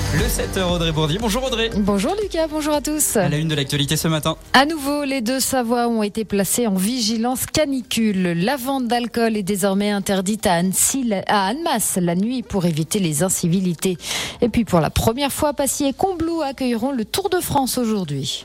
Le 7h, Audrey Bourdier. Bonjour Audrey. Bonjour Lucas, bonjour à tous. À la une de l'actualité ce matin. À nouveau, les Deux-Savoie ont été placés en vigilance canicule. La vente d'alcool est désormais interdite à Annemasse la nuit pour éviter les incivilités. Et puis pour la première fois, Passy et Combloux accueilleront le Tour de France aujourd'hui.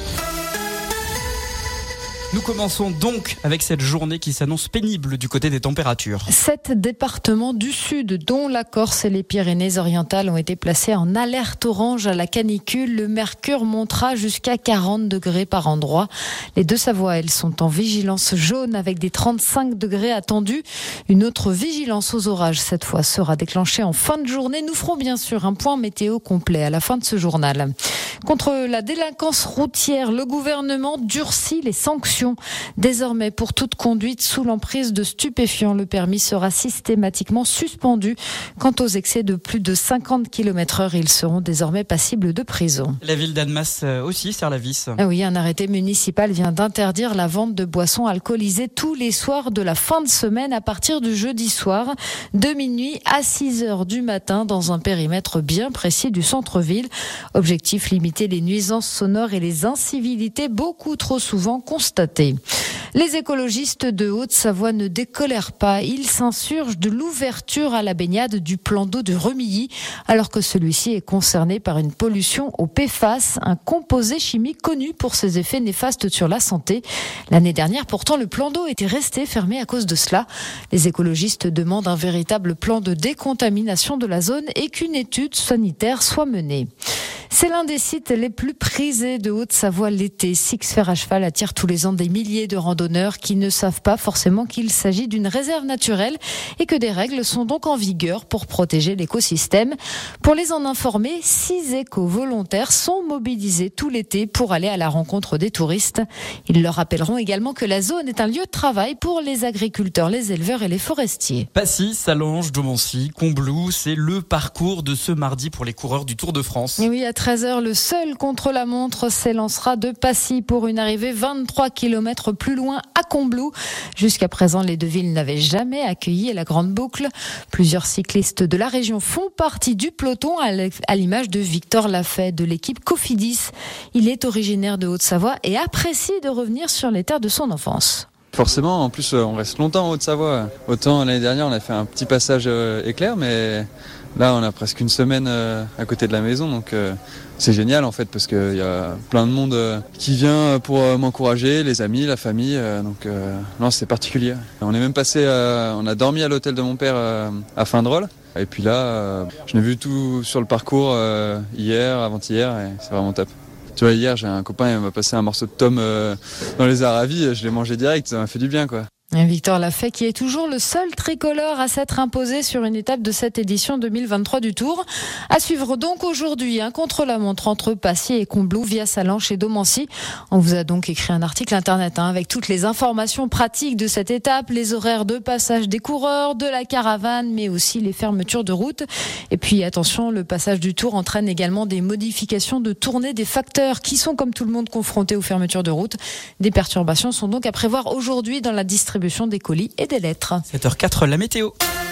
Nous commençons donc avec cette journée qui s'annonce pénible du côté des températures. 7 départements du sud, dont la Corse et les Pyrénées-Orientales, ont été placés en alerte orange à la canicule. Le mercure montera jusqu'à 40 degrés par endroit. Les Deux-Savoie, elles, sont en vigilance jaune avec des 35 degrés attendus. Une autre vigilance aux orages, cette fois, sera déclenchée en fin de journée. Nous ferons bien sûr un point météo complet à la fin de ce journal. Contre la délinquance routière, le gouvernement durcit les sanctions. Désormais, pour toute conduite sous l'emprise de stupéfiants, le permis sera systématiquement suspendu. Quant aux excès de plus de 50 km/h, ils seront désormais passibles de prison. La ville d'Annemasse aussi serre la vis. Oui, un arrêté municipal vient d'interdire la vente de boissons alcoolisées tous les soirs de la fin de semaine à partir du jeudi soir, de minuit à 6h du matin, dans un périmètre bien précis du centre-ville. Objectif, limiter les nuisances sonores et les incivilités beaucoup trop souvent constatées. Les écologistes de Haute-Savoie ne décolèrent pas. Ils s'insurgent de l'ouverture à la baignade du plan d'eau de Remilly, alors que celui-ci est concerné par une pollution au PFAS, un composé chimique connu pour ses effets néfastes sur la santé. L'année dernière, pourtant, le plan d'eau était resté fermé à cause de cela. Les écologistes demandent un véritable plan de décontamination de la zone et qu'une étude sanitaire soit menée. C'est l'un des sites les plus prisés de Haute-Savoie l'été. Six Fers à Cheval attire tous les ans des milliers de randonneurs qui ne savent pas forcément qu'il s'agit d'une réserve naturelle et que des règles sont donc en vigueur pour protéger l'écosystème. Pour les en informer, 6 éco-volontaires sont mobilisés tout l'été pour aller à la rencontre des touristes. Ils leur rappelleront également que la zone est un lieu de travail pour les agriculteurs, les éleveurs et les forestiers. Passy, Sallanches, Domancy, Combloux, c'est le parcours de ce mardi pour les coureurs du Tour de France. Et oui, à 13h, le seul contre-la-montre s'élancera de Passy pour une arrivée 23 km plus loin à Combloux. Jusqu'à présent, les deux villes n'avaient jamais accueilli la grande boucle. Plusieurs cyclistes de la région font partie du peloton, à l'image de Victor Lafay de l'équipe Cofidis. Il est originaire de Haute-Savoie et apprécie de revenir sur les terres de son enfance. Forcément, en plus on reste longtemps en Haute-Savoie. Autant l'année dernière on a fait un petit passage éclair, mais là on a presque une semaine à côté de la maison, donc c'est génial en fait parce qu'il y a plein de monde qui vient pour m'encourager, les amis, la famille, donc non, c'est particulier. On est même passé, on a dormi à l'hôtel de mon père à Findrol. Et puis là, je l'ai vu tout sur le parcours hier, avant-hier, et c'est vraiment top. Tu vois, hier, j'ai un copain, il m'a passé un morceau de tome dans les Aravis, je l'ai mangé direct, ça m'a fait du bien, quoi. Victor Lafay, qui est toujours le seul tricolore à s'être imposé sur une étape de cette édition 2023 du Tour. À suivre donc aujourd'hui, un contre-la-montre entre Passy et Combloux via Sallanches et Domancy. On vous a donc écrit un article internet avec toutes les informations pratiques de cette étape, les horaires de passage des coureurs, de la caravane, mais aussi les fermetures de route. Et puis attention, le passage du Tour entraîne également des modifications de tournée des facteurs qui sont comme tout le monde confrontés aux fermetures de route. Des perturbations sont donc à prévoir aujourd'hui dans la distribution des colis et des lettres. 7h04, la météo.